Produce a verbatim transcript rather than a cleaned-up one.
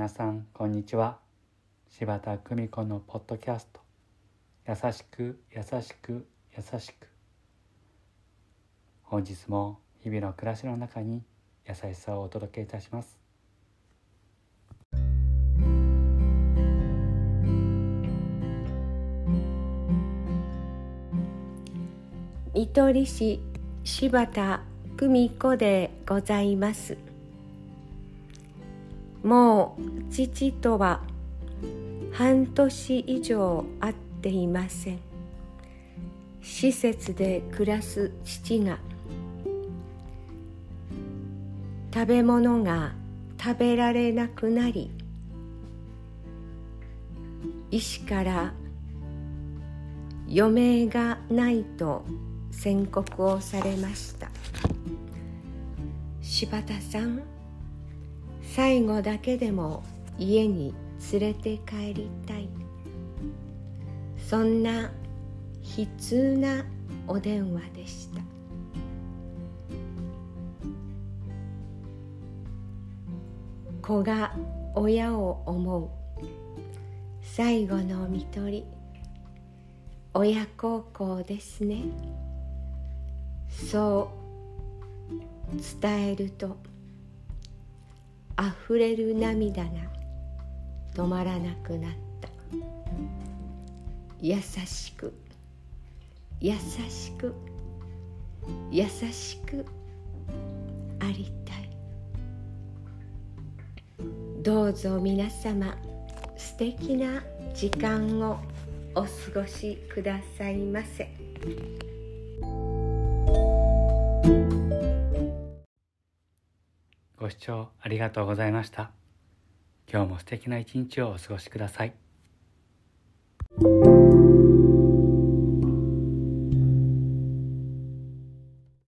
皆さんこんにちは。柴田久美子のポッドキャスト、優しく優しく優しく。本日も日々の暮らしの中に優しさをお届けいたします。 見取り師柴田久美子でございます。もう父とは半年以上会っていません。施設で暮らす父が食べ物が食べられなくなり、医師から余命がないと宣告をされました。柴田さん、最後だけでも家に連れて帰りたい。そんな悲痛なお電話でした。子が親を思う最後の看取り、親孝行ですね。そう伝えると、あふれる涙が止まらなくなった。優しく優しく優しくありたい。どうぞ皆様、素敵な時間をお過ごしくださいませ。 ご視聴ありがとうございました。今日も素敵な一日をお過ごしください。